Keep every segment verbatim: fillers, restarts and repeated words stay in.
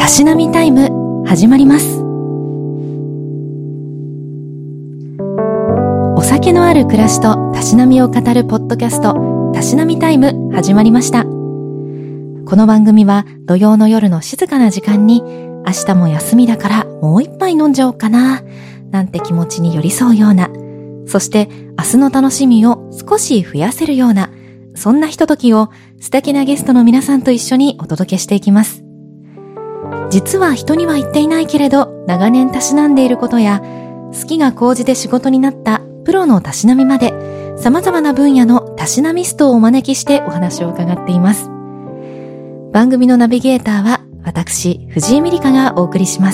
しなみタイム始まります。お酒のある暮らしとたしなみを語るポッドキャスト、たしなみタイム始まりました。この番組は土曜の夜の静かな時間に、明日も休みだからもう一杯飲んじゃおうかななんて気持ちに寄り添うような、そして明日の楽しみを少し増やせるような、そんなひとときを素敵なゲストの皆さんと一緒にお届けしていきます。実は人には言っていないけれど長年たしなんでいることや、好きが高じて仕事になったプロのたしなみまで、様々な分野のたしなミストをお招きしてお話を伺っています。番組のナビゲーターは私、藤井美里香がお送りします。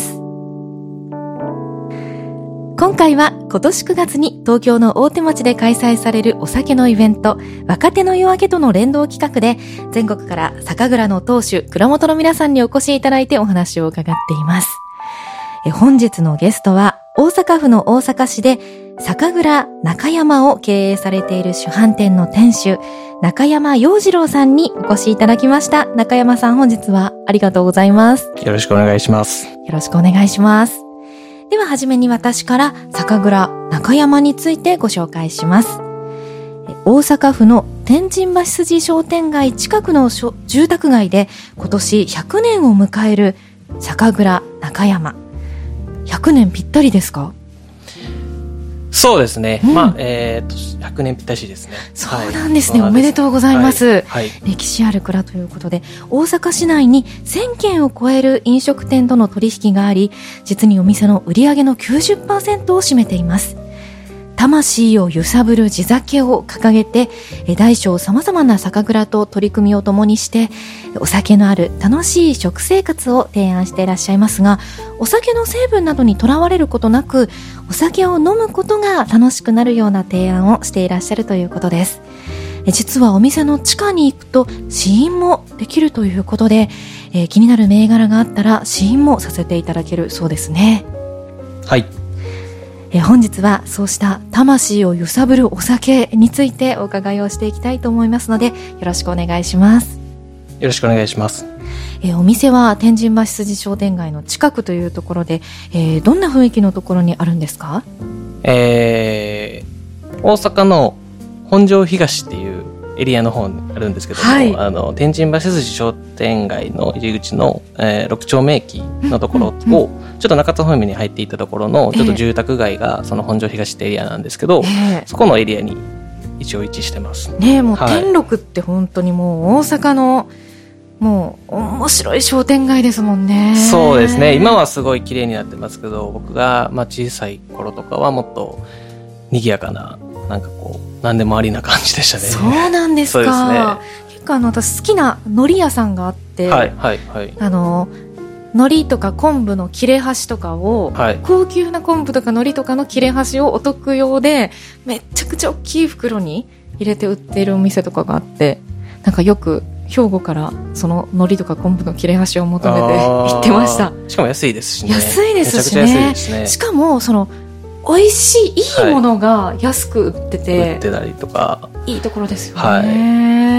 今回は今年くがつに東京の大手町で開催されるお酒のイベント、若手の夜明けとの連動企画で、全国から酒蔵の当主、蔵元の皆さんにお越しいただいてお話を伺っています。え本日のゲストは、大阪府の大阪市で酒蔵中山を経営されている主販店の店主、中山洋次郎さんにお越しいただきました。中山さん、本日はありがとうございます。 よろしくお願いします。 よろしくお願いします。でははじめに私から酒蔵中山についてご紹介します。大阪府の天神橋筋商店街近くの住宅街で今年ひゃくねんを迎える酒蔵中山。ひゃくねんぴったりですか？ そうですね。 うん、 まあ、えーと、ひゃくねんぴったしですね。 そうなんですね。はい、おめでとうございます。 はいはい、 歴史ある蔵ということで、大阪市内にせんけんを超える飲食店との取引があり、実にお店の売り上げの きゅうじゅっパーセント を占めています。魂を揺さぶる地酒を掲げて、大小様々な酒蔵と取り組みを共にして、お酒のある楽しい食生活を提案していらっしゃいますが、お酒の成分などにとらわれることなく、お酒を飲むことが楽しくなるような提案をしていらっしゃるということです。実はお店の地下に行くと試飲もできるということで、えー、気になる銘柄があったら試飲もさせていただけるそうですね。 はい。 えー、本日はそうした魂を揺さぶるお酒についてお伺いをしていきたいと思いますので、よろしくお願いします。 よろしくお願いします。 えー、お店は天神橋筋商店街の近くというところで、えー、どんな雰囲気のところにあるんですか？ えー、大阪の本庄東っていうエリアの方にあるんですけども、はい、あの天神橋筋商店街の入り口の、えー、ろく丁目駅のところを、うんうんうん、ちょっと中津方面に入っていったところのちょっと住宅街がその本庄東ってエリアなんですけど、えー、そこのエリアに一応位置してますね。もう天禄って本当にもう大阪のもう面白い商店街ですもんね。 そうですね。今はすごい綺麗になってますけど、僕がまあ小さい頃とかはもっと賑やかな、なんかこう何でもありな感じでしたね。 そうなんですか。そうですね。結構あの私好きな海苔屋さんがあって、はいはいはい、あの海苔とか昆布の切れ端とかを、はい、高級な昆布とか海苔とかの切れ端をお得用でめっちゃくちゃ大きい袋に入れて売っているお店とかがあって、なんかよく兵庫からその海苔とか昆布の切れ端を求めて行ってました。 しかも安いですしね。 安いですしね。 めちゃくちゃ安いですね。 しかもその美味しいいいものが安く売ってて、はい、 売ってたりとかいいところですよね。 はい、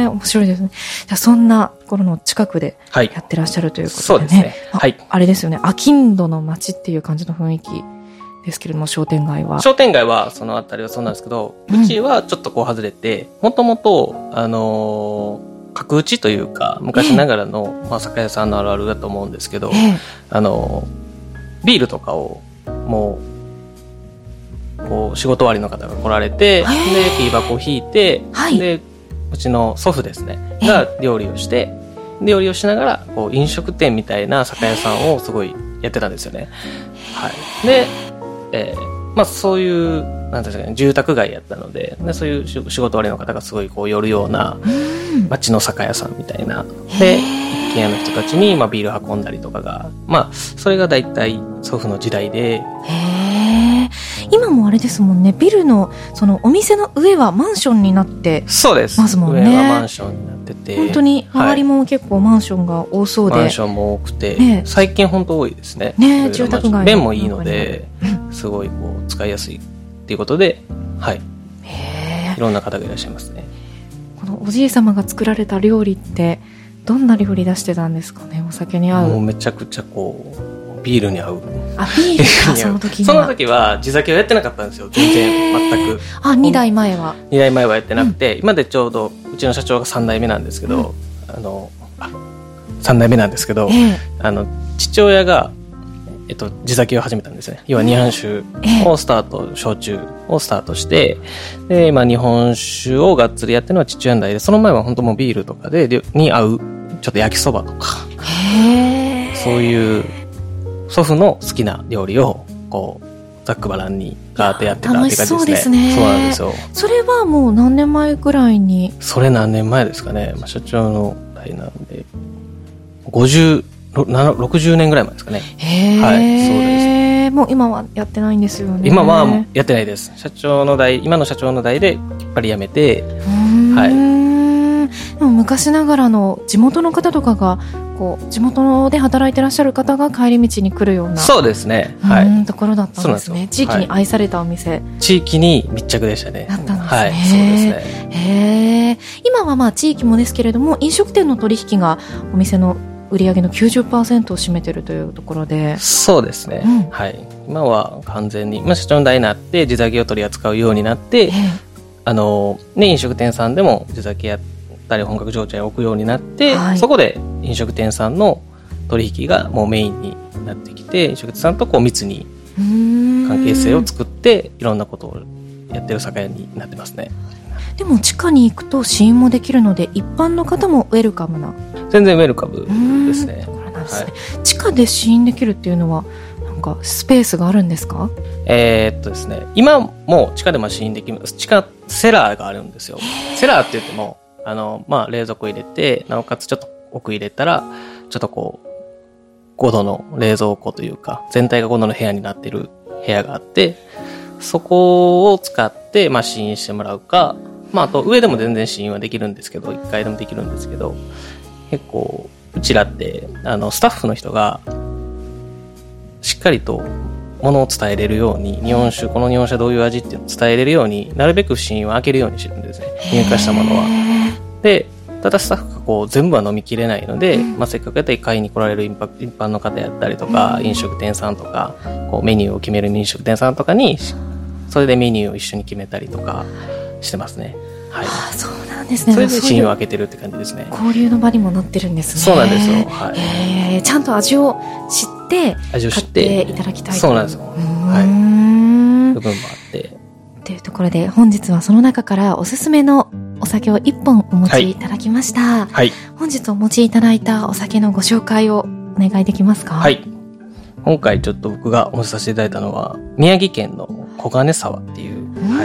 面白いですね。じゃあそんなところの近くでやってらっしゃるということでね。 そうですね。 はい。あれですよね。商人の街っていう感じの雰囲気ですけれども、商店街は。 商店街はそのあたりはそうなんですけど、うちはちょっとこう外れて、もともとあのー角打ちというか昔ながらの、えーまあ、酒屋さんのあるあるだと思うんですけど、えー、あのビールとかをもうこう仕事終わりの方が来られて、えー、でピー箱を引いて、はい、でうちの祖父ですねが料理をして、えー、料理をしながらこう飲食店みたいな酒屋さんをすごいやってたんですよね。はい、で、えーまあ、そういうなんていうんですかね、住宅街やったの で, でそういう仕事終わりの方がすごいこう寄るような街の酒屋さんみたいなで一軒家の人たちにまあビール運んだりとかが、まあ、それがだいたい祖父の時代で。 へー、今もあれですもんね、ビルのそのお店の上はマンションになってますもんね。 上はマンションになってて、 本当に周りも結構マンションが多そうで、 はい、マンションも多くて、 ね、 最近本当多いですね。 ね、住宅街便もいいのですごいこう使いやすいっていうことで、はい、へー、いろんな方がいらっしゃいますね。 このおじい様が作られた料理ってどんな料理出してたんですかね、お酒に合う。 もうめちゃくちゃこうビールに合う。 あ、ビールかその時には。 その時は地酒をやってなかったんですよ、全然全く。 あ、にだいまえは。 にだいまえはやってなくて、うん、今でちょうどうちの社長がさんだいめなんですけど、うん、あのあさんだいめなんですけど、えー、あの父親がえっと、地酒を始めたんですね。要は日本酒をスタート、焼酎をスタートして、で、まあ日本酒をがっつりやってるのは父親の代で、その前は本当もうビールとかで、に合う、ちょっと焼きそばとか、へそういう祖父の好きな料理を、こう、ざっくばらんにガーってやってたって感じですね。 楽しそうですね。 そうなんですよ。 それはもう何年前ぐらいに？ それ何年前ですかね。まあ、社長の代なんで、ごじゅう、ろくじゅうねんぐらい前ですかね。 へー、はい、そうです。もう今はやってないんですよね。 今はやってないです。社長の代、今の社長の代できっぱり辞めて、はい。 でも昔ながらの地元の方とかがこう地元で働いてらっしゃる方が帰り道に来るような、 そうですね、はい、 ところだったんですね。地域に愛されたお店、はい、 地域に密着でしたね。 だったんですね。 はい、そうですね。 へー。今はまあ地域もですけれども、飲食店の取引がお店の売上の きゅうじゅっパーセント を占めているというところで。 そうですね、うん、はい。今は完全に、まあ、社長の代になって地酒を取り扱うようになって、あのね、飲食店さんでも地酒やったり本格焼酎を置くようになって、はい、そこで飲食店さんの取引がもうメインになってきて、飲食店さんとこう密に関係性を作っていろんなことをやってる酒屋になってますね。 でも地下に行くと試飲もできるので、一般の方もウェルカムな。 全然ウェルカムですね。 これなんですね。はい、地下で試飲できるっていうのはなんかスペースがあるんですか？ えー、っとですね、今も地下でも試飲できます。地下セラーがあるんですよ。セラーって言ってもあの、まあ、冷蔵庫入れて、なおかつちょっと奥入れたらちょっとこうごどの冷蔵庫というか、全体がごどの部屋になってる部屋があって、そこを使ってまあ試飲してもらうか、まあ、あと上でも全然試飲はできるんですけど、いっかいでもできるんですけど、結構うちらってあのスタッフの人がしっかりとものを伝えれるように、日本酒、この日本酒はどういう味っていうのを伝えれるように、なるべく試飲は開けるようにしてるんですね、入荷したものは。で、ただスタッフがこう全部は飲みきれないので、うん、まあ、せっかくやったら買いに来られる一般の方やったりとか、うん、飲食店さんとかこうメニューを決める飲食店さんとかにそれでメニューを一緒に決めたりとかしてますね。はい、ああ、そうなんですね。それで試飲を開けてるって感じですね。 交流の場にもなってるんですね。 そうなんですよ。はい、 えー、ちゃんと味を知って味を知って買っていただきたい。 そうなんですよ。はい、部分もあってというところで、本日はその中からおすすめのお酒をいっぽんお持ちいただきました。はい、本日お持ちいただいたお酒のご紹介をお願いできますか？ はい。今回ちょっと僕がお持ちさせていただいたのは宮城県の小金沢っていう、はい、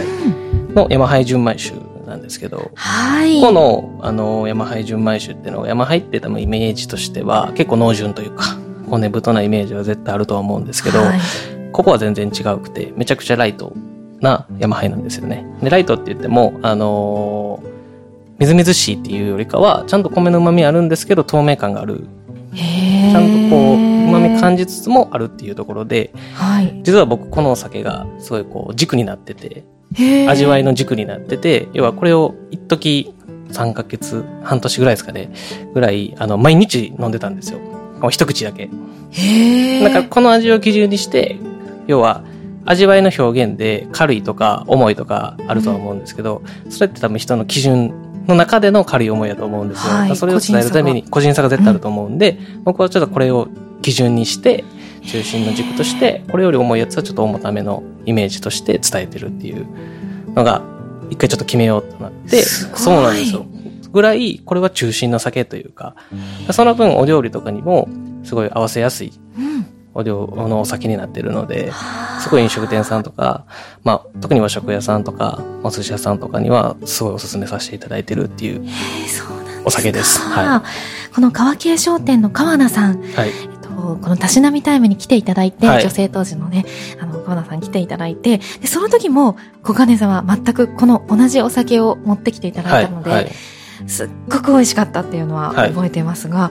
の山灰純米酒なんですけど、はい、ここのあの山灰純米酒っていうのは、山灰って多分イメージとしては結構濃純というか骨太なイメージは絶対あるとは思うんですけど、はい、ここは全然違うくてめちゃくちゃライトな山灰なんですよね。でライトって言ってもあのー、みずみずしいっていうよりかはちゃんと米の旨味あるんですけど透明感がある、へちゃんとこう旨味感じつつもあるっていうところで、はい、実は僕このお酒がすごいこう軸になってて、味わいの軸になってて、要はこれを一時さんかげつ半年ぐらいですかねぐらいあの毎日飲んでたんですよ、一口だけ。へー。だからこの味を基準にして、要は味わいの表現で軽いとか重いとかあるとは思うんですけど、うん、それって多分人の基準の中での軽い重いだと思うんですよ、はい、それを伝えるために個人差が絶対あると思うんで、うん、僕はちょっとこれを基準にして中心の軸としてこれより重いやつはちょっと重ためのイメージとして伝えてるっていうのが一回ちょっと決めようとなって、そうなんですよぐらいこれは中心の酒というか、その分お料理とかにもすごい合わせやすいお料のお酒になってるので、すごい飲食店さんとか、まあ特に和食屋さんとかお寿司屋さんとかにはすごいおすすめさせていただいてるっていうお酒です。はい、この川系商店の川名さん、はい、えっと、このたしなみタイムに来ていただいて、はい、女性当時のね、あの川名さん来ていただいて、でその時も小金さんは全くこの同じお酒を持ってきていただいたので、はいはい、すっごく美味しかったっていうのは覚えてますが、はい、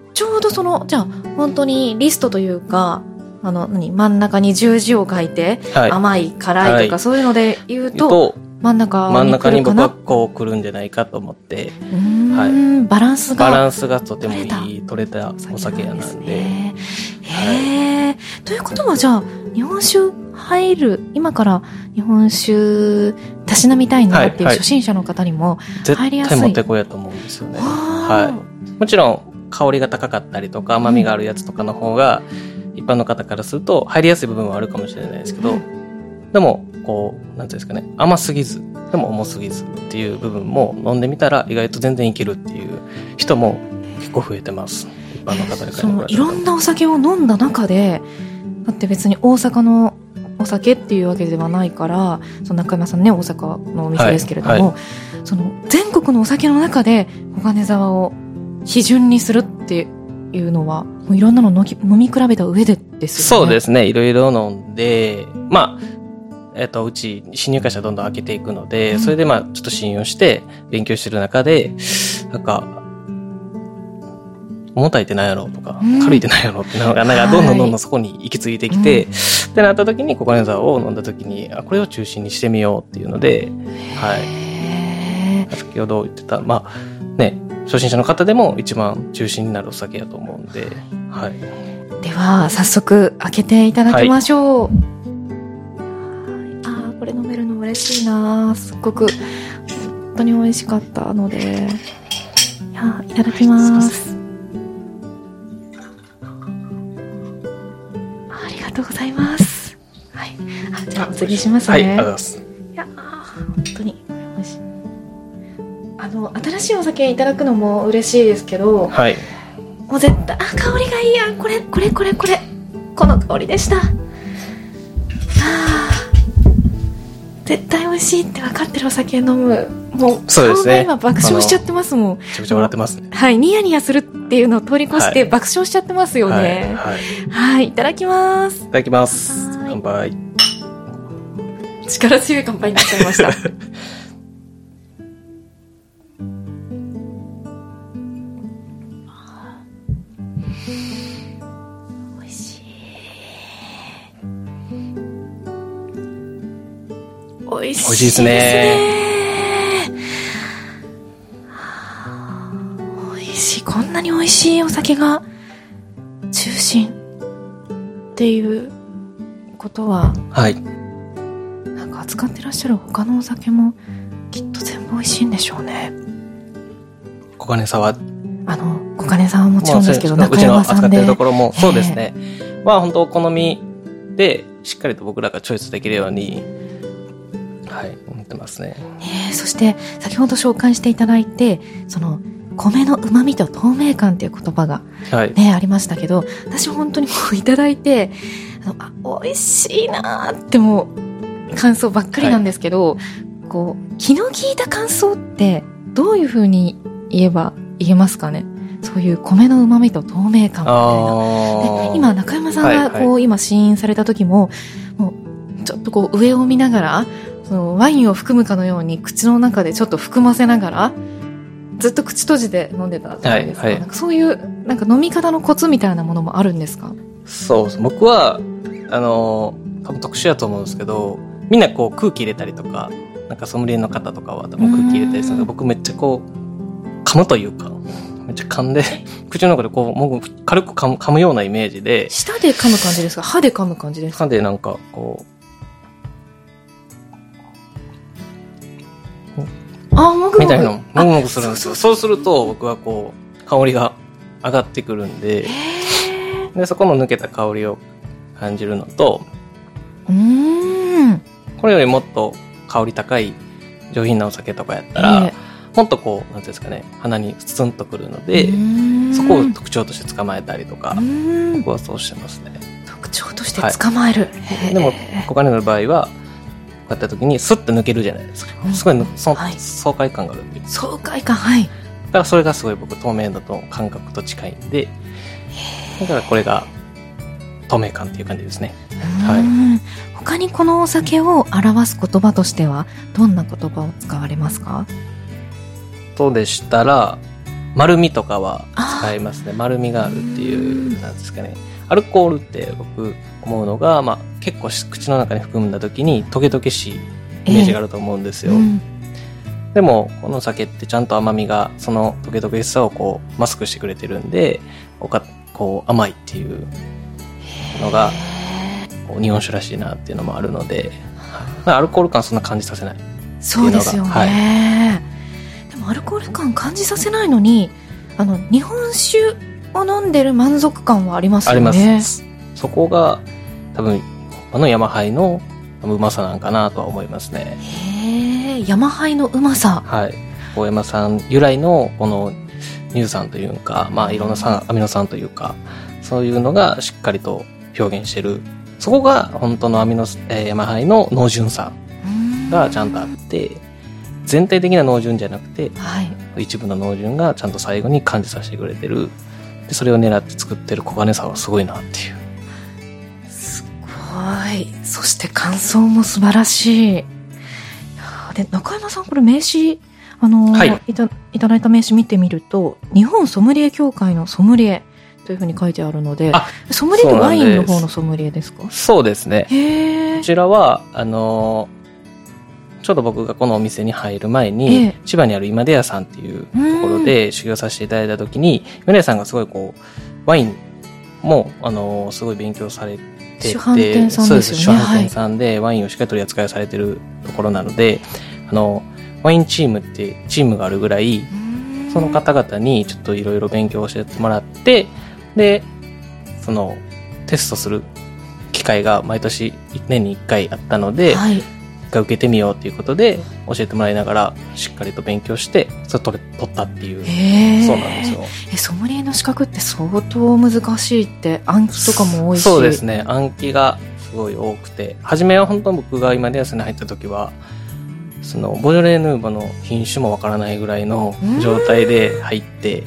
ちょうどそのじゃあ本当にリストというか、あの何真ん中に十字を書いて、はい、甘い辛いとか、はい、そういうので言うと、 真ん中に来るかな。 真ん中に僕はこう来るんじゃないかと思って、 はい、バランスがバランスがとてもいい取れたお酒屋なんで。 へえ、はい。ということはじゃあ日本酒入る今から日本酒たしなみたいなっていう初心者の方にも入りやすい。 絶対もってこいやと思うんですよね。はい。もちろん香りが高かったりとか甘みがあるやつとかの方が一般の方からすると入りやすい部分はあるかもしれないですけど、うん、でもこうなんていうんですかね、甘すぎずでも重すぎずっていう部分も飲んでみたら意外と全然いけるっていう人も結構増えてます。一般の方に。 そのいろんなお酒を飲んだ中で、だって別に大阪のお酒っていうわけではないから、その中山さんね大阪のお店ですけれども、はいはい、その全国のお酒の中で小金沢を基準にするっていうのはもういろんなの飲み比べた上でですよね。 そうですね、いろいろ飲んで、まあえっと、うち新入会社どんどん開けていくので、うん、それでまあちょっと信用して勉強してる中で、なんか重たいって何やろうとか、うん、軽いって何やろうってのがなんかどんどんどんどんそこに行き着いてきて、はい、ってなった時に小金沢を飲んだ時に、あ、これを中心にしてみようっていうので、はい。先ほど言ってた、まあね、初心者の方でも一番中心になるお酒やと思うんで、はい。 では早速開けていただきましょう。はい、ああ、これ飲めるの嬉しいな。すっごく本当に美味しかったので、いや、いただきます。ありがとうございます。はい。あ、じゃあお次しますね。 はい、ありがとうございます。 いや、本当に美味しい。あの新しいお酒いただくのも嬉しいですけど、はい。もう絶対、あ、香りがいいや、これこれこれこれこの香りでした。はあ、絶対美味しいって分かってるお酒飲む、もうそうですね、 今爆笑しちゃってますもん。 めちゃくちゃ笑ってますね。 はい、ニヤニヤするっていうのを通り越して爆笑しちゃってますよね。はい、はいはいはい、いただきます。 いただきます。乾杯。 力強い乾杯になっちゃいました。美味しいですね。美味しいですね。美味しい。こんなに美味しいお酒が中心っていうことは、 はい。 なんか扱ってらっしゃる他のお酒もきっと全部美味しいんでしょうね。 小金沢、 あの小金沢はもちろんですけど、 まあ、中山さんでうちの扱ってるところもそうですね。まあ本当お好みでしっかりと僕らがチョイスできるように。はい、思ってますね。 えー、そして先ほど紹介していただいて、その米の旨味と透明感っていう言葉が、ね、はい、ありましたけど、私本当にこういただいて、あのあ美味しいなってもう感想ばっかりなんですけど、はい、こう気の利いた感想ってどういう風に言えば言えますかね。そういう米の旨味と透明感みたいな。で、今中山さんがこう、はいはい、今試飲された時も、もうちょっとこう上を見ながら。そのワインを含むかのように口の中でちょっと含ませながらずっと口閉じて飲んでたじゃないですか。はいはい、なんかそういうなんか飲み方のコツみたいなものもあるんですか？ そうです。僕はあの多分特殊だと思うんですけど、みんなこう空気入れたりとか、なんかソムリエの方とかは多分空気入れたりするので、僕めっちゃこう噛むというか、めっちゃ噛んで口の中でこうもう軽く噛む、噛むようなイメージで。 舌で噛む感じですか？歯で噛む感じですか？ 歯でなんかこう。 あ、もぐもぐみたいなもぐもぐするんですよ。そうすると僕はこう香りが上がってくるんで、でそこの抜けた香りを感じるのと、 うーん、 これよりもっと香り高い上品なお酒とかやったら、えー、もっとこうなんていうんですかね、鼻にスツンとくるので、そこを特徴として捕まえたりとか、僕はそうしてますね。 特徴として捕まえる。 はい、でも小金の場合は。こうやった時にスッと抜けるじゃないですか。すごいそ、はい、爽快感があるんで。 爽快感、はい。だからそれがすごい僕透明度と感覚と近いんで、だからこれが透明感っていう感じですね。はい。 他にこのお酒を表す言葉としてはどんな言葉を使われますか？ そうでしたら丸みとかは使いますね。丸みがあるっていうなんですかね。アルコールって僕思うのが、まあ、結構口の中に含んだ時にトゲトゲしいイメージがあると思うんですよ、 えーうん、 でもこの酒ってちゃんと甘みがそのトゲトゲしさをこうマスクしてくれてるんでおかこう甘いっていうのがこう日本酒らしいなっていうのもあるので、はい、アルコール感そんな感じさせない。 そうですよね、はい、でもアルコール感感じさせないのにあの日本酒を飲んでる満足感はありますよね。あります。 そこが多分あのヤマハイのうまさなんかなとは思いますね。 へー、ヤマハイのうまさ。 はい。大山さん由来のこの乳酸というか、まあいろんな酸アミノ酸というかそういうのがしっかりと表現してる。そこが本当のアミノ、えー、ヤマハイの濃純さがちゃんとあって、全体的な濃純じゃなくて、はい、一部の濃純がちゃんと最後に感じさせてくれてる。でそれを狙って作ってる小金さはすごいなっていう。 すごい。そして感想も素晴らしい。で中山さんこれ名刺あの、はい、いた、いただいた名刺見てみると日本ソムリエ協会のソムリエというふうに書いてあるので、ソムリエってワインの方のソムリエですか？ そうですね。 へー。 こちらはあのちょうど僕がこのお店に入る前に、えー、千葉にある今出屋さんっていうところで修行させていただいた時に今出屋さんがすごいこうワインもあのすごい勉強されてて、 主販店さんですよね。 そうです。主販店さんでワインをしっかり取り扱いされてるところなので、あのワインチームってチームがあるぐらいその方々にちょっといろいろ勉強を教えてもらって、でそのテストする機会が毎年年にいっかいあったので、はい、いっかい受けてみようということで教えてもらいながらしっかりと勉強してそれ取れ取ったっていう。そうなんですよ。 えソムリエの資格って相当難しいって、暗記とかも多いし。 そうですね、暗記がすごい多くて、初めは本当僕が今レアスに入った時はそのボジョレ・ヌーボーの品種もわからないぐらいの状態で入って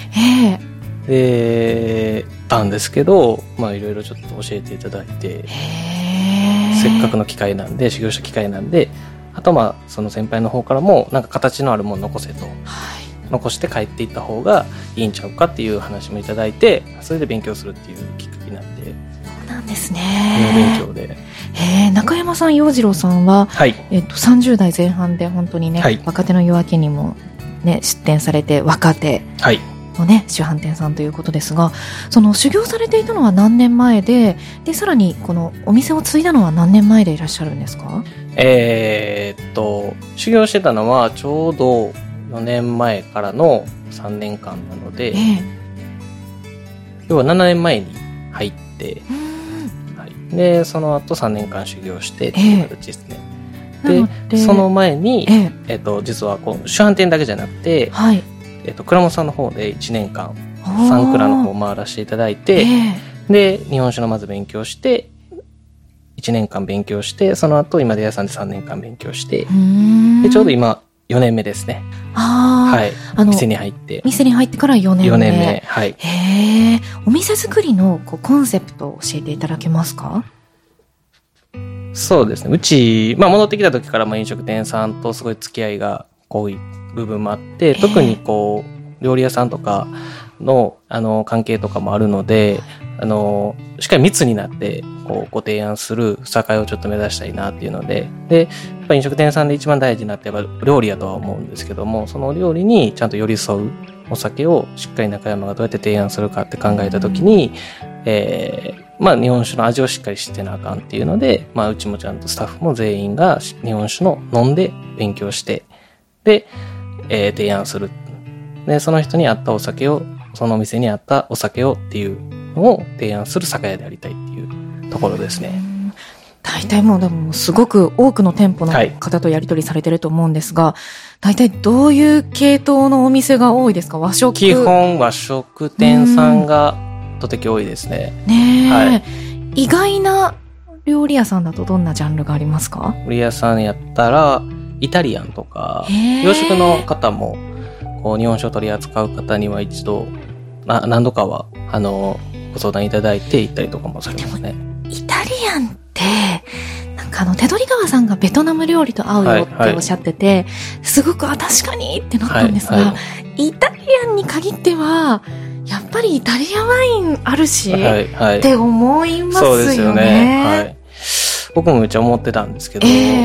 でたんですけど、まあいろいろちょっと教えていただいて、せっかくの機会なんで修行した機会なんで、あとまあその先輩の方からもなんか形のあるもの残せと、はい、残して帰っていった方がいいんちゃうかっていう話もいただいて、それで勉強するっていうきっかけになって。 そうなんですね。 勉強で。 へ中山さん陽次郎さんは、 はい、 えっと、さんじゅう代前半で本当にね、はい、若手の夜明けにも、ね、出店されて若手の、ね、主販店さんということですが、その修行されていたのは何年前で、でさらにこのお店を継いだのは何年前でいらっしゃるんですか？ えー、っと修行してたのはちょうどよねんまえからのさんねんかんなので、えー、要はななねんまえに入って、はい、でその後さんねんかん修行してっていう形ですね。えー、で, でその前に、えーえー、と実はこう主販店だけじゃなくて、はい、えー、と倉本さんの方でいちねんかんサンクラの方を回らせていただいて、えー、で日本酒のまず勉強していちねんかん勉強して、その後今出屋さんでさんねんかん勉強して、でちょうど今よねんめですね。 あ、 はい、あの店に入って店に入ってからよねんめ。 よねんめ、はい。 へえ。お店作りのこうコンセプトを教えていただけますか？ そうですね。うち、まあ、戻ってきた時からまあ飲食店さんとすごい付き合いが濃い部分もあって、特にこう料理屋さんとかのあの関係とかもあるので、あのしっかり密になってこうご提案する酒屋をちょっと目指したいなっていうので、でやっぱ飲食店さんで一番大事になってやっぱ料理やとは思うんですけども、その料理にちゃんと寄り添うお酒をしっかり中山がどうやって提案するかって考えた時に、えー、まあ日本酒の味をしっかり知ってなあかんっていうので、まあうちもちゃんとスタッフも全員が日本酒の飲んで勉強してで、えー、提案する。でその人に合ったお酒を、そのお店に合ったお酒をっていうのを提案する酒屋でありたいっていうところですね。 大体もうでもすごく多くの店舗の方とやり取りされてると思うんですが、はい、大体どういう系統のお店が多いですか？和食？ 基本和食店さんがとてき多いですね。 ねえ、はい、意外な料理屋さんだとどんなジャンルがありますか？ 料理屋さんやったらイタリアンとか洋食の方もこう日本酒を取り扱う方には一度な何度かはあのご相談いただいて行ったりとかもされますね。 イタリアンってなんかあの手取川さんがベトナム料理と合うよっておっしゃってて、はいはい、すごくあ確かにってなったんですが、はいはい、イタリアンに限ってはやっぱりイタリアワインあるし、はいはい、って思いますよね。 そうですよね。はい、僕もめっちゃ思ってたんですけど、えー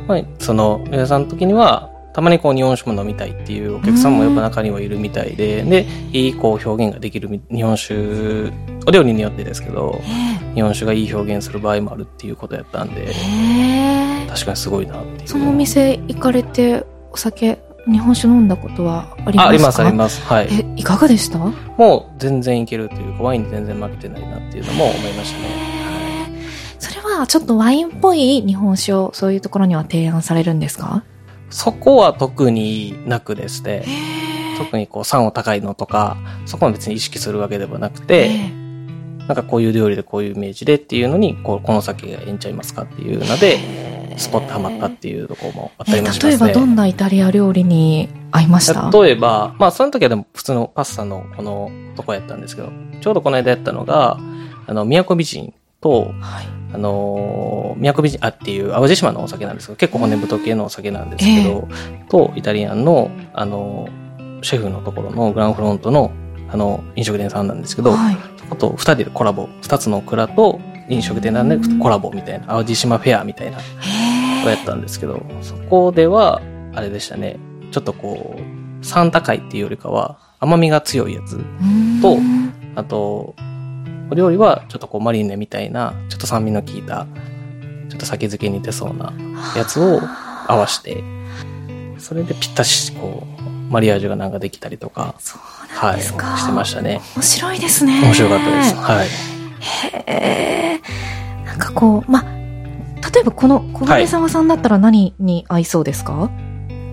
まあ、その皆さんの時にはたまにこう日本酒も飲みたいっていうお客さんもやっぱ中にはいるみたいで、でいいこう表現ができる日本酒、お料理によってですけど日本酒がいい表現する場合もあるっていうことやったんで、確かにすごいなっていう。 そのお店行かれてお酒日本酒飲んだことはありますか？あ、 ありますあります。はい。 え、いかがでした？ もう全然いけるというか、ワインに全然負けてないなっていうのも思いましたね。 それはちょっとワインっぽい日本酒をそういうところには提案されるんですか？ そこは特になくですね。特にこう酸を高いのとか、そこは別に意識するわけではなくて、なんかこういう料理でこういうイメージでっていうのに、こうこの酒がええんちゃいますかっていうので、スポッとハマったっていうところもあったりもしますね。 例えばどんなイタリア料理に合いました？ 例えば、まあその時はでも普通のパスタのこのとこやったんですけど、ちょうどこの間やったのが、あの、宮古美人と、はい、あの、宮古美人、あっていう淡路島のお酒なんですけど、結構骨太系のお酒なんですけど、えー、と、イタリアンの、あの、シェフのところのグランフロントの、あの、飲食店さんなんですけど、はい、そこと二人でコラボ、二つの蔵と飲食店なんでコラボみたいな、淡路島フェアみたいな、をやったんですけど、そこでは、あれでしたね、ちょっとこう、酸高いっていうよりかは、甘みが強いやつと、あと、お料理はちょっとこうマリネみたいな、ちょっと酸味の効いた、ちょっと酒漬けに似てそうなやつを合わして、それでぴったし、こう、マリアージュがなんかできたりとか、 そうなんですか、 はい、してましたね。 面白いですね。 面白かったです。はい。 へー。なんかこう、ま、例えばこの小金沢さんだったら何に合いそうですか？はい、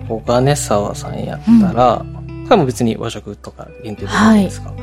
小金沢さんやったら、うん、これも別に和食とか限定でいいですか、はい、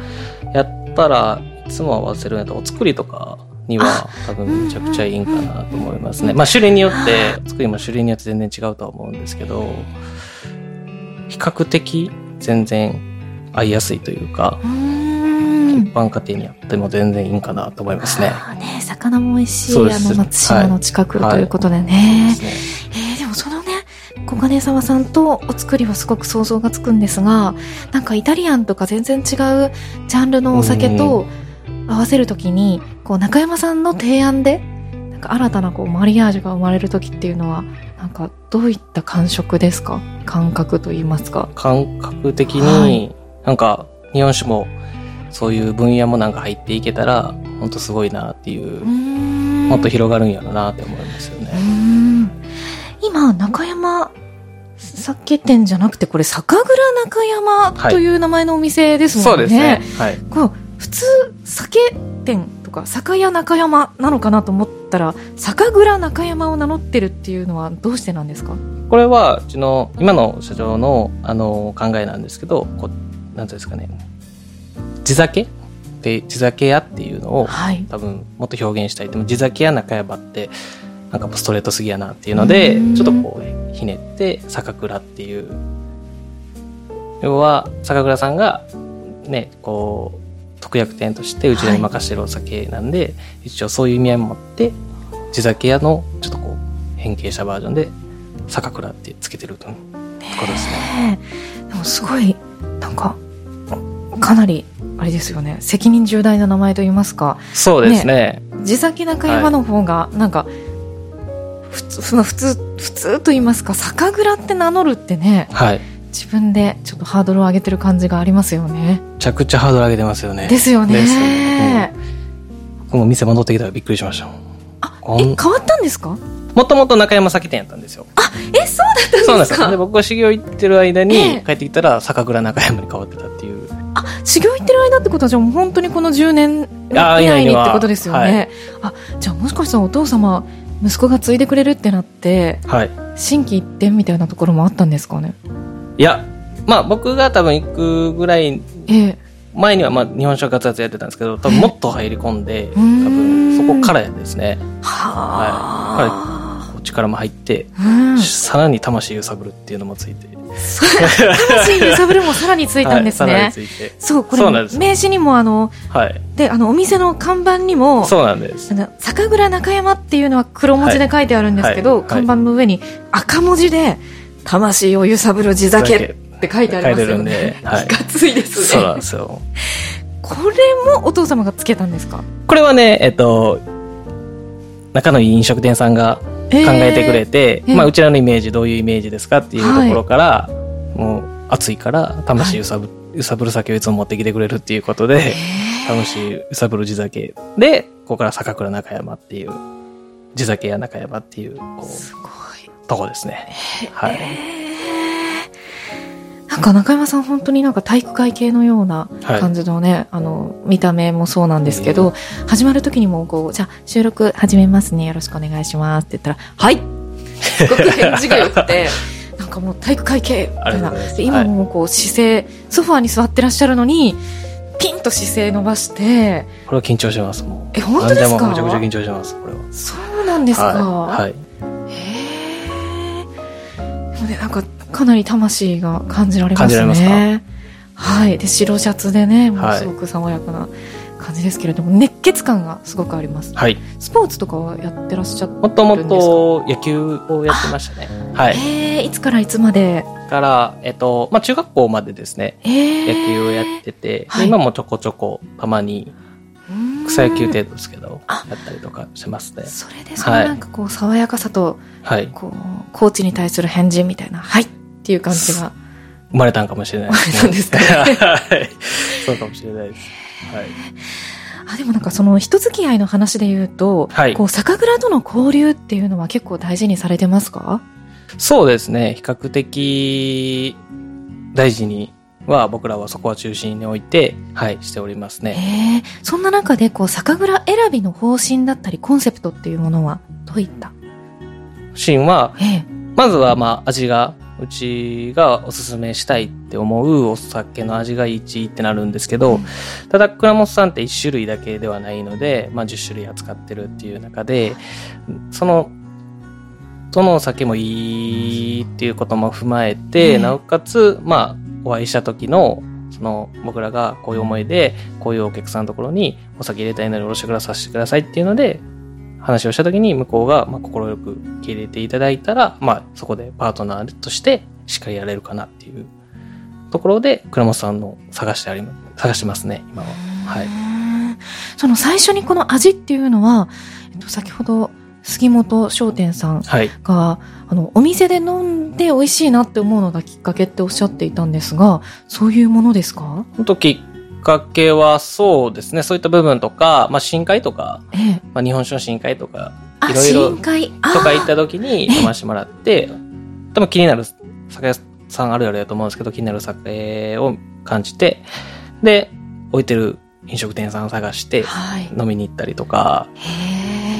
やったら、いつも合わせるんやったらお作りとかには多分めちゃくちゃいいんかなと思いますね。まあ種類によって、作りも種類によって全然違うとは思うんですけど、比較的全然合いやすいというか、うーん、一般家庭にあっても全然いいんかなと思いますね。 あね、魚も美味しい、あの松島の近くということでね。はいはい、でねえー、でもそのね、小金沢さんとお作りはすごく想像がつくんですが、なんかイタリアンとか全然違うジャンルのお酒と合わせるときに、こう中山さんの提案で、なんか新たなこうマリアージュが生まれるときっていうのは、なんかどういった感触ですか？感覚と言いますか。 感覚的に、なんか日本酒もそういう分野もなんか入っていけたら、本当すごいなっていう、うもっと広がるんやろなって思いますよね。うーん、 今中山酒店じゃなくてこれ酒蔵中山という名前のお店ですもんね。はい、そうですね。はい。こう普通酒店とか酒屋中山なのかなと思ったら酒蔵中山を名乗ってるっていうのはどうしてなんですか？ これはうちの今の社長のあの考えなんですけど、こうなんていうんですかね、地酒で地酒屋っていうのを、はい、多分もっと表現したい。でも地酒屋中山ってなんかストレートすぎやなっていうので、ちょっとこうひねって酒蔵っていう、要は酒蔵さんがねこう特約店としてうちらに任してるお酒なんで、はい、一応そういう意味合いも持って地酒屋のちょっとこう変形したバージョンで酒蔵ってつけてるということですね。 でもすごいなんかかなりあれですよね、責任重大な名前といいますか。 そうですね。 地酒中山の方がなんか、はい、普通普通普通と言いますか、酒蔵って名乗るってね、はい、自分でちょっとハードルを上げてる感じがありますよね。 めちゃくちゃハードル上げてますよね。 ですよね。ですよね。 僕も店戻ってきたらびっくりしました。 あ、え、変わったんですか？ もともと中山酒店やったんですよ。 あ、え、そうだったんですか？そうなんですよ。 で、僕が修行行ってる間に帰ってきたら酒蔵中山に変わってたっていう。 あ、修行行ってる間ってことはじゃあもう本当にこのじゅうねん以内にってことですよね。はい、あ、じゃあもしかしたらお父様息子が継いでくれるってなって、はい、心機一転みたいなところもあったんですかね？いや、まあ僕が多分行くぐらい前にはまあ日本酒はガツガツやってたんですけど、多分もっと入り込んで、多分そこからですね。は、はい。からこっちからも入って、さらに魂揺さぶるっていうのもついて。 魂揺さぶるもさらについたんですね。はい、さらについて。そう、これ名刺にもあの、はい、であのお店の看板にも、 そうなんです。 酒蔵中山っていうのは黒文字で書いてあるんですけど、はいはい、看板の上に赤文字で魂を揺さぶる地酒って書いてありますよね。はい、いかついですね。 そうなんですよ。 これもお父様がつけたんですか？ これはね、えっと仲のいい飲食店さんがえてくれて、えー、まあ、うちらのイメージどういうイメージですかっていうところから、はい、もう熱いから魂揺さぶ、はい、揺さぶる酒をいつも持ってきてくれるっていうことで、えー、魂揺さぶる地酒で、ここから酒蔵中山っていう地酒屋中山っていうこうすごいとこですね。えー、はい。 なんか中山さん本当になんか体育会系のような感じのね、はい、あの見た目もそうなんですけど、えー、始まる時にもこうじゃあ収録始めますねよろしくお願いしますって言ったらはいすごく返事が良くてなんかもう体育会系みたいなで今もこう姿勢、はい、ソファーに座ってらっしゃるのにピンと姿勢伸ばしてこれは緊張しますもうえ本当ですかめちゃくちゃ緊張しますこれはそうなんですか、 はい、はい、 へえなんかかなり魂が感じられますね。感じられますか？はい。で白シャツでね、もうすごく爽やかな感じですけれども、はい、熱血感がすごくあります。はい。スポーツとかはやってらっしゃってるんですか？ もともと野球をやってましたね。はい。 えー、いつからいつまで？ からえっとまあ中学校までですね。えー、野球をやってて、はい、今もちょこちょこたまに草野球程度ですけどやったりとかしますね。 それでそのなんかこう爽やかさと、はい、こうコーチに対する返事みたいなはい。っていう感じが生まれたんかもしれないですね。 そうですかね。 はい。そうかもしれないです。はい。 あでもなんかその人付き合いの話で言うと、はい、こう酒蔵との交流っていうのは結構大事にされてますか？ そうですね。比較的大事には僕らはそこは中心に置いてはいしておりますね。 えー、そんな中でこう酒蔵選びの方針だったりコンセプトっていうものはどういったシーンは、えーまずは、まあ、味が、うちがおすすめしたいって思うお酒の味がいちいってなるんですけど、うん、ただ、倉本さんっていち種類だけではないので、まあ、じゅっ種類扱ってるっていう中で、その、どのお酒もいいっていうことも踏まえて、うん、なおかつ、まあ、お会いした時の、その、僕らがこういう思いで、こういうお客さんのところにお酒入れたいのでおろしてくださせてくださいっていうので、話をしたときに向こうがまあ快く受け入れていただいたら、まあそこでパートナーとしてしっかりやれるかなっていうところで倉本さんの探してあり探してますね今は。はい。 その最初にこの味っていうのは、えっと、先ほど杉本商店さんが、はい、あのお店で飲んで美味しいなって思うのがきっかけっておっしゃっていたんですが、そういうものですか？ 本当きっかけはそうですね、そういった部分とか、まあ、深海とか、ええまあ、日本酒の深海とかいろいろとか行った時に飲ませてもらって、多分気になる酒屋さんあるあるだと思うんですけど、気になる酒を感じて、で置いてる飲食店さんを探して飲みに行ったりとか、はい、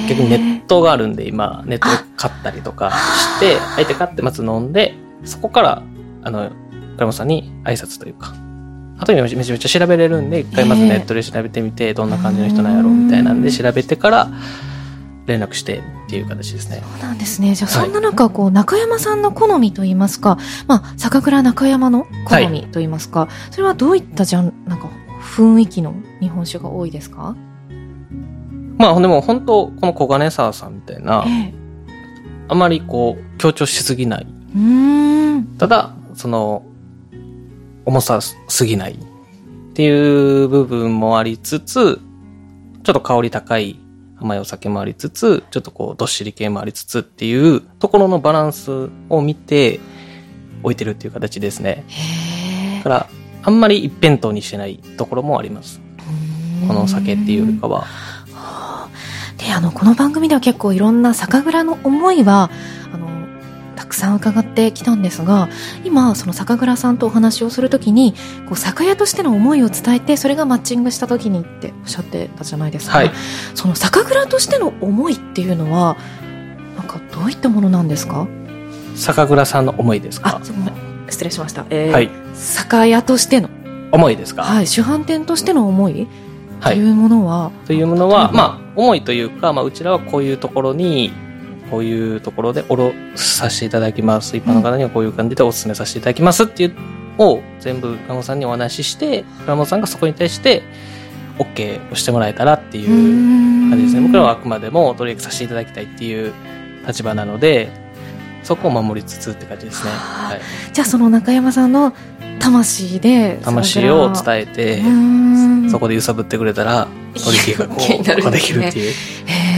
逆にネットがあるんで今ネットで買ったりとかして相手買ってまず飲んで、そこからあの倉本さんに挨拶というか、あとにめちゃめちゃ調べれるんで、一回まずネットで調べてみて、どんな感じの人なんやろうみたいなんで調べてから連絡してっていう形ですね。 そうなんですね。じゃあそんな中、こう中山さんの好みといいますか、まあ酒蔵中山の好みといいますか、はい、それはどういったじゃんなんか雰囲気の日本酒が多いですか？ まあでも本当この小金沢さんみたいな、ええ、あまりこう強調しすぎない。うーん。ただその重さすぎないっていう部分もありつつ、ちょっと香り高い甘いお酒もありつつ、ちょっとこうどっしり系もありつつっていうところのバランスを見て置いてるっていう形ですね。へー。だからあんまり一辺倒にしてないところもあります。このお酒っていうよりかは。 で、あのこの番組では結構いろんな酒蔵の思いはあのたくさん伺ってきたんですが、今その酒蔵さんとお話をするときにこう酒屋としての思いを伝えて、それがマッチングしたときにっておっしゃってたじゃないですか、はい、その酒蔵としての思いっていうのはなんかどういったものなんですか？ 酒蔵さんの思いですか？ あ、失礼しました、えーはい、酒屋としての思いですか？ はい、主販店としての思いというものは、はい、 というものは、まあ思いというか、まあ、うちらはこういうところにこういうところでおろさせていただきます。一般の方にはこういう感じでお勧めさせていただきますっていうのを全部倉本さんにお話しして、倉本さんがそこに対して OK をしてもらえたらっていう感じですね。僕らはあくまでも取り上げさせていただきたいっていう立場なので、そこを守りつつって感じですね。はい、 じゃあその中山さんの魂で魂を伝えて、そこで揺さぶってくれたら取り引きがこう、ね、できるっていう。へ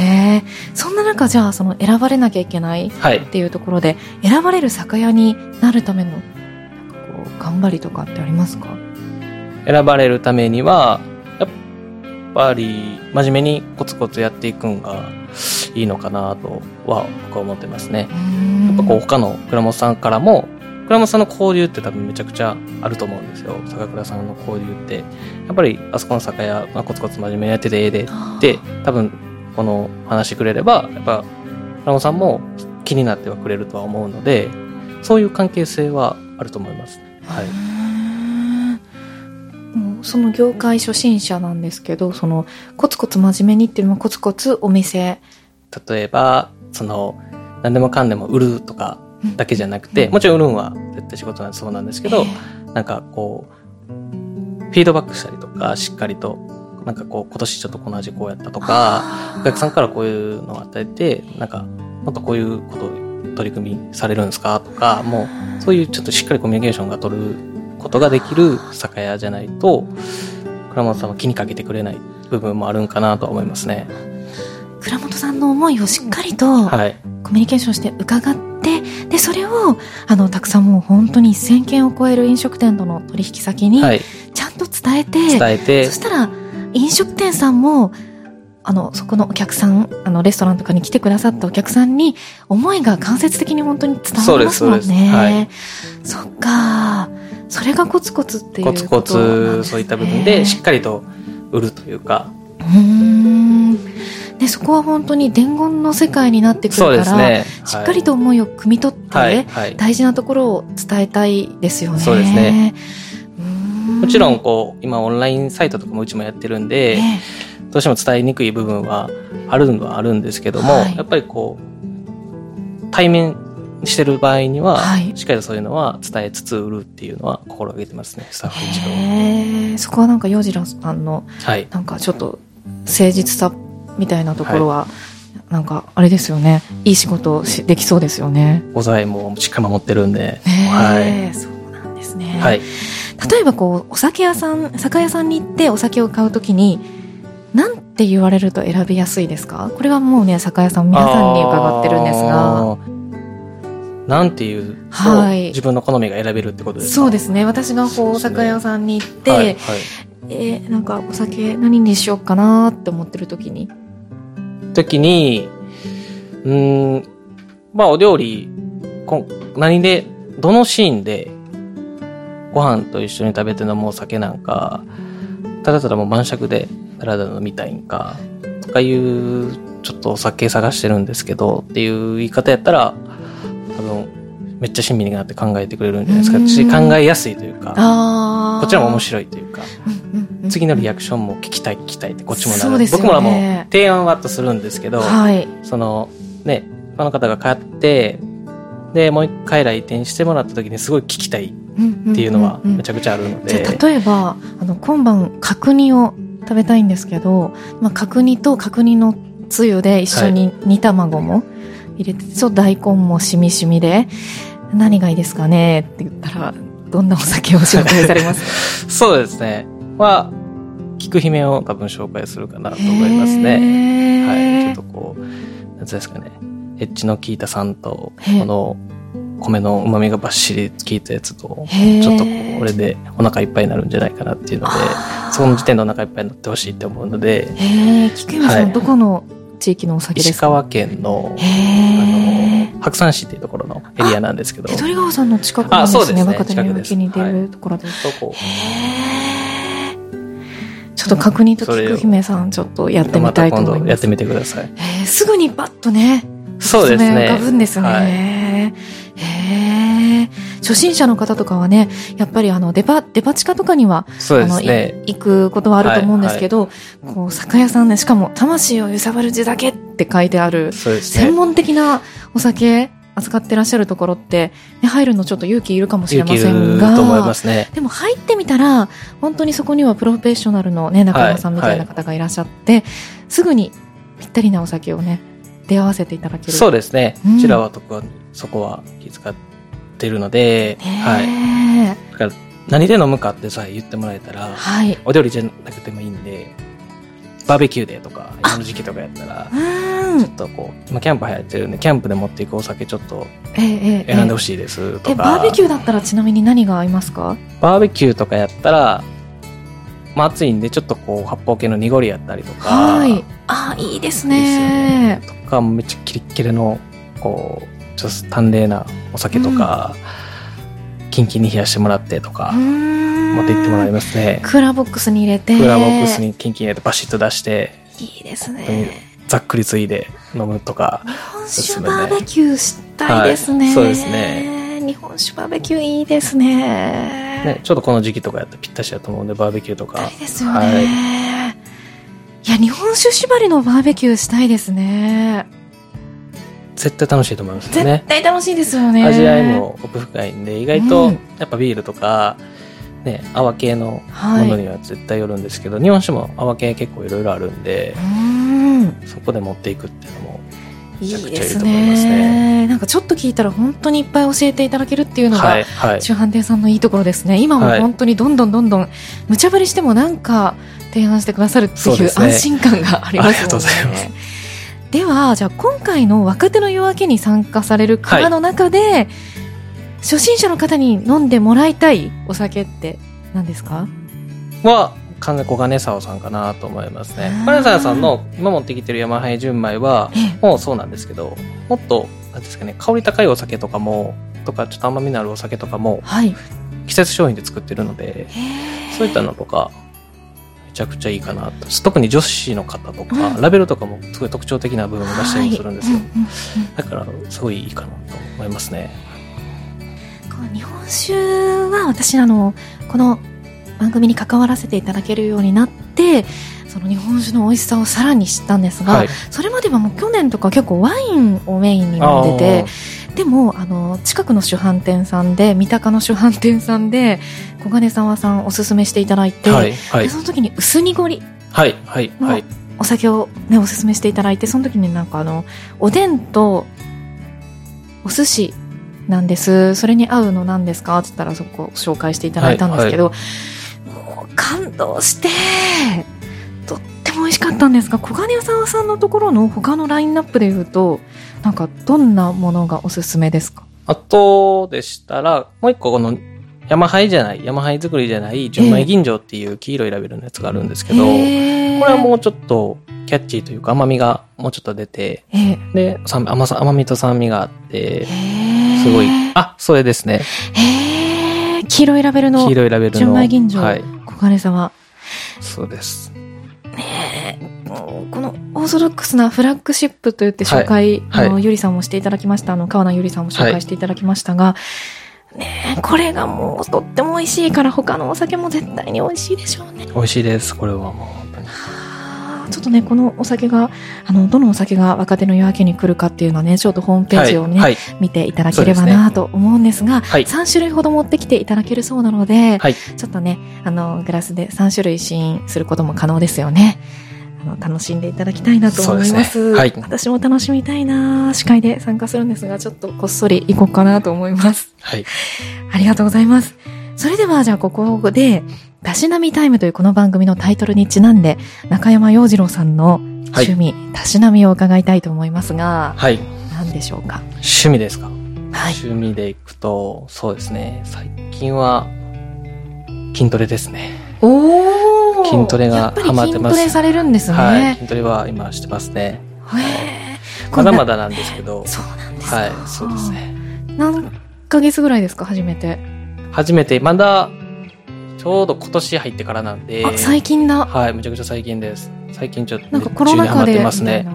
へー。そんな中、じゃあその選ばれなきゃいけないっていうところで、はい、選ばれる酒屋になるためのなんかこう頑張りとかってありますか？ 選ばれるためにはやっぱり真面目にコツコツやっていくんがいいのかなとは僕は思ってますね。やっぱこう他の倉本さんからも、倉本さんの交流って多分めちゃくちゃあると思うんですよ。坂倉さんの交流ってやっぱりあそこの酒屋、まあ、コツコツ真面目にやっててええでって多分この話してくれればやっぱ倉本さんも気になってはくれるとは思うので、そういう関係性はあると思います。はい。 もうその業界初心者なんですけど、そのコツコツ真面目にっていうのはコツコツお店、 例えばその何でもかんでも売るとかだけじゃなくて、うん、もちろん売るんは絶対仕事なんでそうなんですけど、なんかこうフィードバックしたりとか、しっかりとなんかこう今年ちょっとこの味こうやったとか、お客さんからこういうのを与えて、なんかもっとこういうことを取り組みされるんですかとか、もうそういうちょっとしっかりコミュニケーションが取ることができる酒屋じゃないと倉本さんは気にかけてくれない部分もあるんかなとは思いますね。 倉本さんの思いをしっかりとコミュニケーションして伺って、でそれをあのたくさんもう本当にせんけんを超える飲食店との取引先にちゃんと伝えて、はい、伝えて、そしたら飲食店さんもあのそこのお客さん、あのレストランとかに来てくださったお客さんに思いが間接的に本当に伝わりますもんね。はい、そっか、それがコツコツっていうことなんですね。コツコツそういった部分でしっかりと売るというか、うーん、でそこは本当に伝言の世界になってくるから、そうですね、しっかりと思いを汲み取って、はいはい、大事なところを伝えたいですよね。そうですね。 もちろんこう今オンラインサイトとかもうちもやってるんで、ね、どうしても伝えにくい部分はあるのはあるんですけども、はい、やっぱりこう対面してる場合には、はい、しっかりとそういうのは伝えつつ売るっていうのは心がけてますね、スタッフ一同。 へー、そこはなんか洋次郎さんの、はい、なんかちょっと誠実さみたいなところは、はい、なんかあれですよね、いい仕事できそうですよね。 ございもしっかり守ってるんで、 はい、そうなんですね。はい、例えばこうお酒屋さん、酒屋さんに行ってお酒を買うときになんて言われると選びやすいですか？これはもうね、酒屋さん皆さんに伺ってるんですが、 なんていう、はい、自分の好みが選べるってことですか？ そうですね。私がこうお酒屋さんに行って、はいはい、えー、なんかお酒何にしようかなって思ってるときに時にうーんまあお料理こ何でどのシーンでご飯と一緒に食べて飲むお酒なんか、ただただもう晩酌でだらだら飲みたいんかとかいうちょっとお酒探してるんですけどっていう言い方やったら多分めっちゃ親身になって考えてくれるんじゃないですかし、考えやすいというか、あこちらも面白いというか、うんうんうん、次のリアクションも聞きたい聞きたいってこっちもなる、ね、僕ももう提案はとするんですけど、はい、そのね他の方が買ってでもう一回来店してもらった時にすごい聞きたいっていうのはめちゃくちゃあるので、うんうんうんうん、じゃあ例えばあの今晩角煮を食べたいんですけど、まあ、角煮と角煮のつゆで一緒に煮卵も入れて、はい、ちょっと大根もしみしみで何がいいですかねって言ったらどんなお酒を紹介されますか？ そうですねは菊姫を多分紹介するかなと思いますね。はい、ちょっとこう何ですかね、エッジの効いた酸とこの米の旨味がばっしり効いたやつとちょっとこれでお腹いっぱいになるんじゃないかなっていうので、その時点でお腹いっぱいになってほしいって思うので。 へー、菊姫さん、はい、どこの地域のお酒ですか？ 石川県の、あの白山市っていうところのエリアなんですけど、 手取川さんの近くなんですね。そうですね、若手の沖に出るところで、はい、へー、ちょっと角煮と菊姫さんちょっとやってみたいと思います。また今度やってみてください。 えー、すぐにバッとね、 そうですね、 浮かぶんですね。はい、へー、初心者の方とかはね、やっぱりあのデパデパ地下とかには、そうですね、あの行くことはあると思うんですけど、はいはい、こう酒屋さんね、しかも魂を揺さぶる地酒って書いてある、そうですね、専門的なお酒扱ってらっしゃるところって、ね、入るのちょっと勇気いるかもしれませんが、 と思いますね。 でも入ってみたら本当にそこにはプロフェッショナルのね、中山さんみたいな方がいらっしゃって、はいはい、すぐにぴったりなお酒をね出会わせていただける。 そうですね、うん、こちらは特にそこは気遣っているので、はい、だから何で飲むかってさえ言ってもらえたら、はい、お料理じゃなくてもいいんで、 バーベキューデーとか今の時期とかやったらちょっとこう今キャンプ流行ってるんでキャンプで持っていくお酒ちょっと選んでほしいですとか、 ええええ、バーベキューだったらちなみに何が合いますか？ バーベキューとかやったら、まあ、暑いんでちょっとこう発泡系の濁りやったりとか、 はい、あいいですね。 とかめっちゃキリッキリのこうちょっと淡麗なお酒とか、うん、キンキンに冷やしてもらってとか持って行ってもらいますね。 クーラーボックスに入れてクーラーボックスにキンキン入れてバシッと出していいですね。 ざっくりついで飲むとか。 日本酒バーベキューしたいですね、はい、 そうですね。 日本酒バーベキューいいですね。 ね、ちょうどこの時期とかやったらぴったしだと思うんでバーベキューとかいいですよね、はい、いや日本酒縛りのバーベキューしたいですね。 絶対楽しいと思いますよね。 絶対楽しいですよね。 味わいも奥深いんで意外とやっぱビールとか、ね、泡系のものには絶対よるんですけど、はい、日本酒も泡系結構いろいろあるんで、うんそこで持っていくっていうのもめちゃくちゃいいと思いますね。いいですね。 なんかちょっと聞いたら本当にいっぱい教えていただけるっていうのが、 はいはい、 中販店さんのいいところですね。今も本当にどんどんどんどん無茶ぶりしてもなんか提案してくださるっていう安心感がありますもんね。ありがとうございます。ではじゃあ今回の若手の夜明けに参加される方の中で、はい、初心者の方に飲んでもらいたいお酒って何ですか？は小金沢さんかなと思いますね。小金沢さんの今持ってきてる山ハイ純米はもうそうなんですけど、もっとなんですかね、香り高いお酒とかもとかちょっと甘みのあるお酒とかも、はい、季節商品で作ってるので、そういったのとかめちゃくちゃいいかなと。特に女子の方とか、うん、ラベルとかもすごい特徴的な部分を出したりもするんですよ、はいうんうんうん、だからすごいいいかなと思いますね。 この日本酒は私あのこの番組に関わらせていただけるようになってその日本酒の美味しさをさらに知ったんですが、はい、それまではもう去年とか結構ワインをメインに飲んでて、でもあの近くの主販店さんで三鷹の主販店さんで小金沢さんおすすめしていただいて、はいはい、でその時に薄濁りのお酒を、ね、おすすめしていただいて、その時になんかあのおでんとお寿司なんです、それに合うのなんですかって言ったらそこを紹介していただいたんですけど、はいはい、もう感動してとっても美味しかったんですが、小金沢さんのところの他のラインナップでいうとなんかどんなものがおすすめですか？ あとでしたらもう一個この山灰じゃない山灰作りじゃない純米吟醸っていう黄色いラベルのやつがあるんですけど、えー、これはもうちょっとキャッチーというか甘みがもうちょっと出て、えー、で 甘, さ甘みと酸味があって、えー、すごいあそれですね、 えー、黄色いラベルの純米吟醸、はい、小金沢そうですね。このオーソドックスなフラッグシップといって紹介、はい、あの、はい、ゆりさんもしていただきました。あの川名ゆりさんも紹介していただきましたが、はい、ね、これがもうとっても美味しいから他のお酒も絶対に美味しいでしょうね。 美味しいです。これはもう本当にちょっとねこのお酒があのどのお酒が若手の夜明けに来るかっていうのはねちょっとホームページをね、はいはい、見ていただければなと思うんですが、はい、さん種類ほど持ってきていただけるそうなので、はい、ちょっとねあのグラスでさん種類試飲することも可能ですよね。あの楽しんでいただきたいなと思います。ね、はい、私も楽しみたいな。司会で参加するんですがちょっとこっそり行こうかなと思います。はい、ありがとうございます。それではじゃあここでたしなみタイムというこの番組のタイトルにちなんで中山洋次郎さんの趣味、はい、たしなみを伺いたいと思いますが、はい、何でしょうか？ 趣味ですか？はい、趣味でいくとそうですね、最近は筋トレですね。おー、筋トレがハマってます。やっぱり筋トレされるんですね。 はい、筋トレは今してますね。へー、まだまだなんですけど。 そうなんですか。 はい、そうですね。 何ヶ月ぐらいですか？初めて初めてまだちょうど今年入ってからなんで。 あ、最近だ。 はい、めちゃくちゃ最近です。最近ちょっとなんかコロナ禍でますね。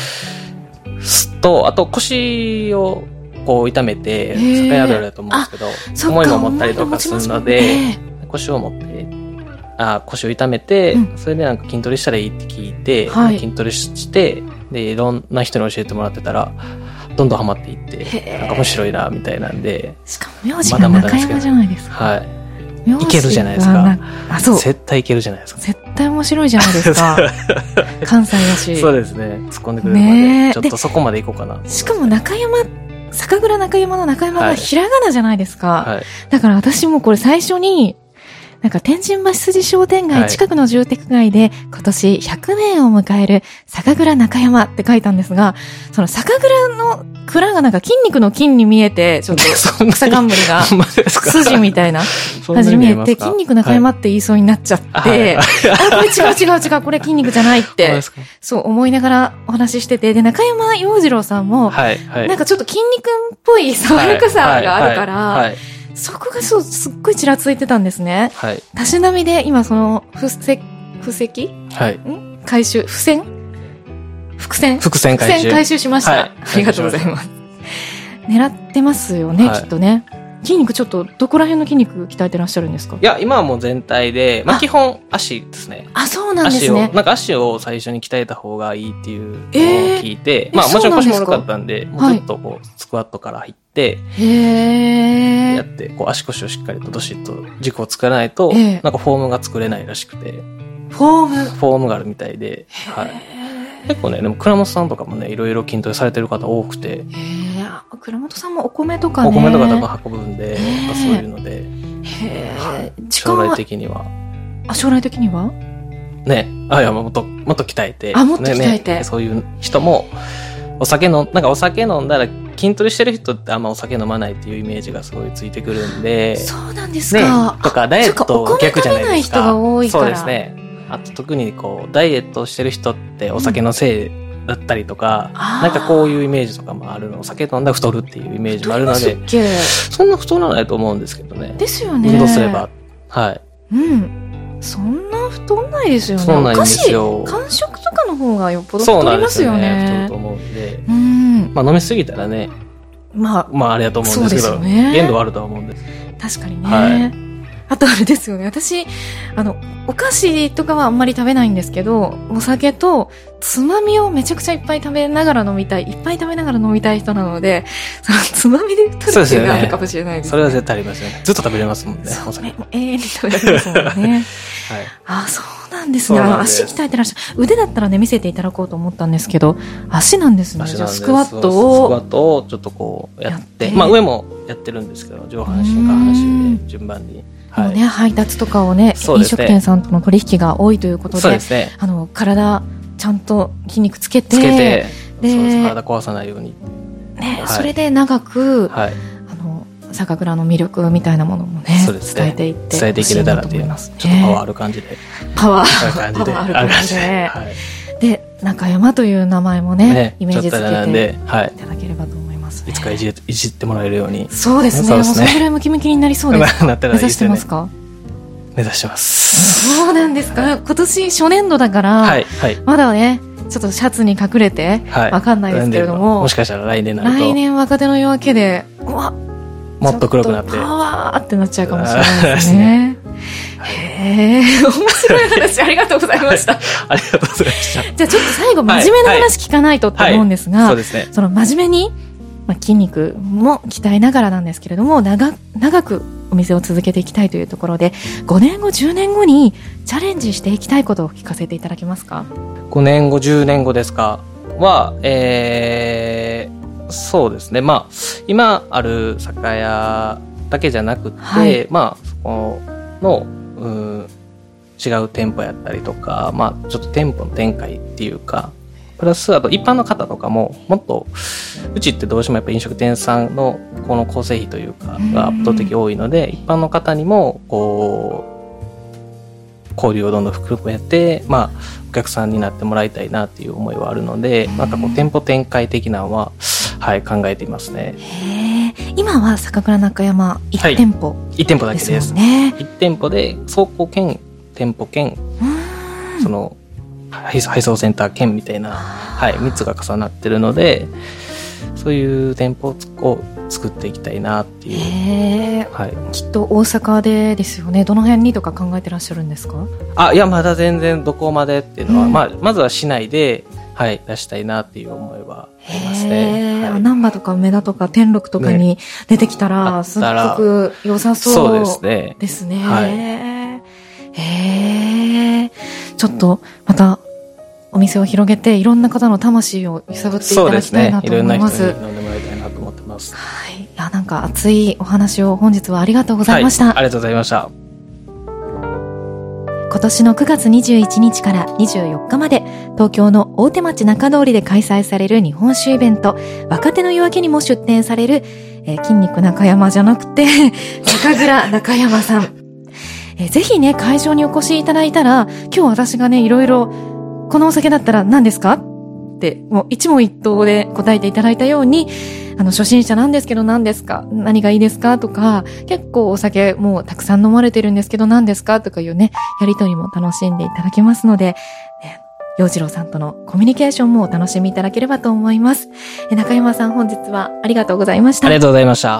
とあと腰をこう痛めて境あるあるだと思うんですけど、重いも持ったりとかするので、腰を持ってあ腰を痛めて、うん、それでなんか筋トレしたらいいって聞いて、はい、筋トレしてでいろんな人に教えてもらってたらどんどんハマっていってなんか面白いなみたいなんで、 しかも名字が中山じゃないですか。 はい。いけるじゃないですか。 あ、そう。 絶対いけるじゃないですか。 絶対面白いじゃないですか。関西だし。 そうですね。突っ込んでくれるので、ちょっとそこまで行こうかな。 しかも中山、酒蔵中山の中山がひらがなじゃないですか。はいはい、だから私もこれ最初に、 なんか天神橋筋商店街近くの住宅街で今年ひゃくねんを迎える酒蔵中山って書いたんですが、その酒蔵の蔵がなんか筋肉の筋に見えて、ちょっと草冠が筋みたいな感じに見えて、筋肉中山って言いそうになっちゃって、はい、あ、これ違う違う違う、これ筋肉じゃないって、そう思いながらお話ししてて、で、中山洋次郎さんも、はいはい、なんかちょっと筋肉っぽい爽やかさがあるから、はいはいはい、そこがそう、すっごいちらついてたんですね。はい。たしなみで、今その、布石、布石はい。ん回収、付箋伏線伏線回収。 伏線回収しました。はい。ありがとうございます。狙ってますよね、はい、きっとね。筋肉ちょっと、どこら辺の筋肉鍛えてらっしゃるんですか？ いや、今はもう全体で、まあ基本足ですね。 あ、そうなんですね。 足を、なんか足を最初に鍛えた方がいいっていうのを聞いて、えー、まあもちろん腰も悪かったんで、もうずっとこう、スクワットから入って、へー。やって、こう足腰をしっかりとどしっと軸を作らないと、えー、なんかフォームが作れないらしくて。 フォームフォームがあるみたいで、はい。結構ね、でも倉本さんとかもね、いろいろ筋トレされてる方多くて。へー、倉本さんもお米とかね。 お米とか多分運ぶんで、そういうので。へー。将来的には。 あ、将来的にはね。あ、いや、もっと、もっと鍛えて。 あ、もっと鍛えて。 ね、そういう人も、お酒飲ん、なんかお酒飲んだら筋トレしてる人ってあんまお酒飲まないっていうイメージがすごいついてくるんで。 そうなんですか。 ね。とか、ダイエット逆じゃないですか。お米食べない人が多いから。 そうですね。あと特にこう、ダイエットしてる人ってお酒のせいだったりとか、うん、なんかこういうイメージとかもあるの。お酒飲んだら太るっていうイメージもあるので、そんな太らないと思うんですけどね。 ですよね。 運動すれば。はい。 うん。そんな太んないですよね。 そうなんですよ。 間食とかの方がよっぽど太りますよね。 そうなんですよね。太ると思うんで。うん。まあ飲みすぎたらね、まあ、まああれだと思うんですけど、ね、限度はあるとは思うんです。 確かにね。はい。あとあれですよね。私、あの、お菓子とかはあんまり食べないんですけど、お酒とつまみをめちゃくちゃいっぱい食べながら飲みたい、いっぱい食べながら飲みたい人なので、そのつまみで太るっていうのがあるかもしれないですね。 それは絶対ありますよね。ずっと食べれますもんね、お酒。 ね、永遠に食べられますもんね。はい。あ、そうなんですね。足鍛えてらっしゃる。腕だったらね、見せていただこうと思ったんですけど、足なんですね。じゃあスクワットを。 スクワットをちょっとこうやって、まあ上もやってるんですけど、上半身、下半身で順番に。 はい、もうね、配達とかをね、ね、飲食店さんとの取引が多いということで、そうですね、あの、体、ちゃんと筋肉つけて、 つけて、で、そうです、体壊さないように。 ね、はい、それで長く、はい、あの、酒蔵の魅力みたいなものもね、そうですね、伝えていって、 伝えていけれたらっていう、ね、ちょっとパワーある感じで。 パワー、パワーある感じで。はい、で、中山という名前もね、ね、イメージつけていただければと思います。 いつかいじ、いじってもらえるように。 そうですね。そうですね。もうそれぐらいムキムキになりそうですか。なったらいいですよね。目指してますか？ 目指してます。 そうなんですか。今年初年度だから、はいはい、まだね、ちょっとシャツに隠れて、はい、わかんないですけれども、 もしかしたら来年になると。 来年若手の夜明けで、うわ、 もっと黒くなって。 パワーってなっちゃうかもしれないですね。へー、面白い話ありがとうございました。 ありがとうございました。 じゃあちょっと最後真面目な話聞かないとって思うんですが、はいはいはい、そうですね。その真面目に、まあ、筋肉も鍛えながらなんですけれども、長、長くお店を続けていきたいというところで、ごねんご、じゅうねんごにチャレンジしていきたいことを聞かせていただけますか？ ごねんご、じゅうねんごですかは、えー、そうですね。まあ、今ある酒屋だけじゃなくて、はい、まあ、そこの、うん、違う店舗やったりとか、まあ、ちょっと店舗の展開っていうか、プラス、あと一般の方とかも、もっと、うちってどうしてもやっぱ飲食店さんのこの構成費というか、が圧倒的多いので、一般の方にも、こう、交流をどんどん含めて、まあ、お客さんになってもらいたいなっていう思いはあるので、なんかこう、店舗展開的なのは、はい、考えていますね。 へー。今は酒蔵中山いち店舗、はい、 いち店舗だけです。ね。いち店舗で、倉庫兼、店舗兼、その、配送センター兼みたいな、はい、みっつが重なってるので、そういう店舗を作っていきたいなっていう。 へー、はい。きっと大阪でですよね。どの辺にとか考えてらっしゃるんですか？ あ、いや、まだ全然どこまでっていうのは、うん、まあ、まずは市内で、はい、出したいなっていう思いはありますね。はい、 難波とか梅田とか天禄とかに出てきたら、ね、すっごく良さそうですね。ですね。はい。へー。ちょっと、また、お店を広げて、いろんな方の魂を揺さぶっていただきたいなと思います。そうですね。いろんな人に飲んでもらいたいなと思ってます。はい。いや、なんか熱いお話を本日はありがとうございました。 はい、ありがとうございました。 今年のくがつにじゅういちにちからにじゅうよっかまで東京の大手町中通りで開催される日本酒イベント若手の夜明けにも出展される、えー、筋肉中山じゃなくて酒蔵中山さん、えー、ぜひね会場にお越しいただいたら、今日私がねいろいろこのお酒だったら何ですかってもう一問一答で答えていただいたように、あの初心者なんですけど何ですか、何がいいですかとか、結構お酒もうたくさん飲まれてるんですけど何ですかとかいうねやりとりも楽しんでいただけますので、ね、陽次郎さんとのコミュニケーションもお楽しみいただければと思います。え中山さん、本日はありがとうございました。 ありがとうございました。